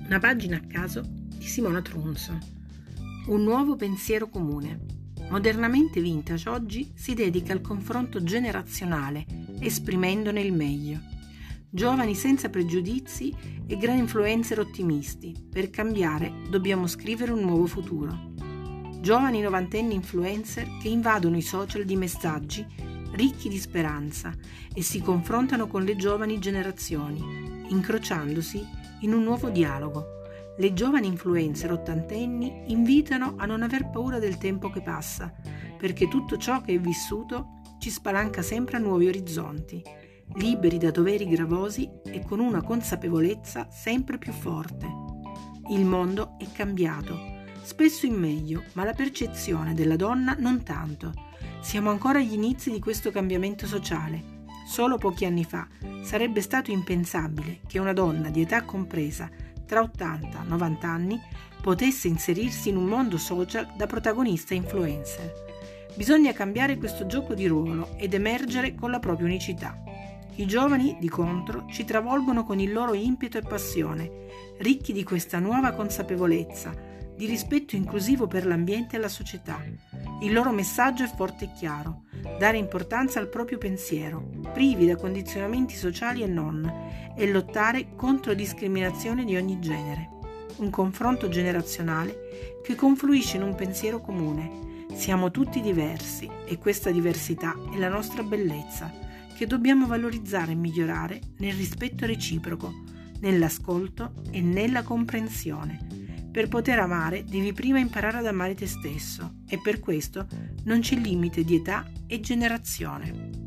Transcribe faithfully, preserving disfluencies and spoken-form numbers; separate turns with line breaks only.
Una pagina a caso di Simona Trunzo. Un nuovo pensiero comune. Modernamente Vintage oggi si dedica al confronto generazionale, esprimendone il meglio. Giovani senza pregiudizi e gran influencer ottimisti. Per cambiare dobbiamo scrivere un nuovo futuro. Giovani novantenni influencer che invadono i social di messaggi ricchi di speranza e si confrontano con le giovani generazioni, incrociandosi in un nuovo dialogo. Le giovani influencer ottantenni invitano a non aver paura del tempo che passa, perché tutto ciò che è vissuto ci spalanca sempre a nuovi orizzonti, liberi da doveri gravosi e con una consapevolezza sempre più forte. Il mondo è cambiato, spesso in meglio, ma la percezione della donna non tanto. Siamo ancora agli inizi di questo cambiamento sociale. Solo pochi anni fa sarebbe stato impensabile che una donna di età compresa tra ottanta e novanta anni potesse inserirsi in un mondo social da protagonista influencer. Bisogna cambiare questo gioco di ruolo ed emergere con la propria unicità. I giovani, di contro, ci travolgono con il loro impeto e passione, ricchi di questa nuova consapevolezza, di rispetto inclusivo per l'ambiente e la società. Il loro messaggio è forte e chiaro: dare importanza al proprio pensiero, privi da condizionamenti sociali e non, e lottare contro discriminazione di ogni genere. Un confronto generazionale che confluisce in un pensiero comune. Siamo tutti diversi e questa diversità è la nostra bellezza, che dobbiamo valorizzare e migliorare nel rispetto reciproco, nell'ascolto e nella comprensione. Per poter amare devi prima imparare ad amare te stesso e per questo non c'è limite di età e generazione.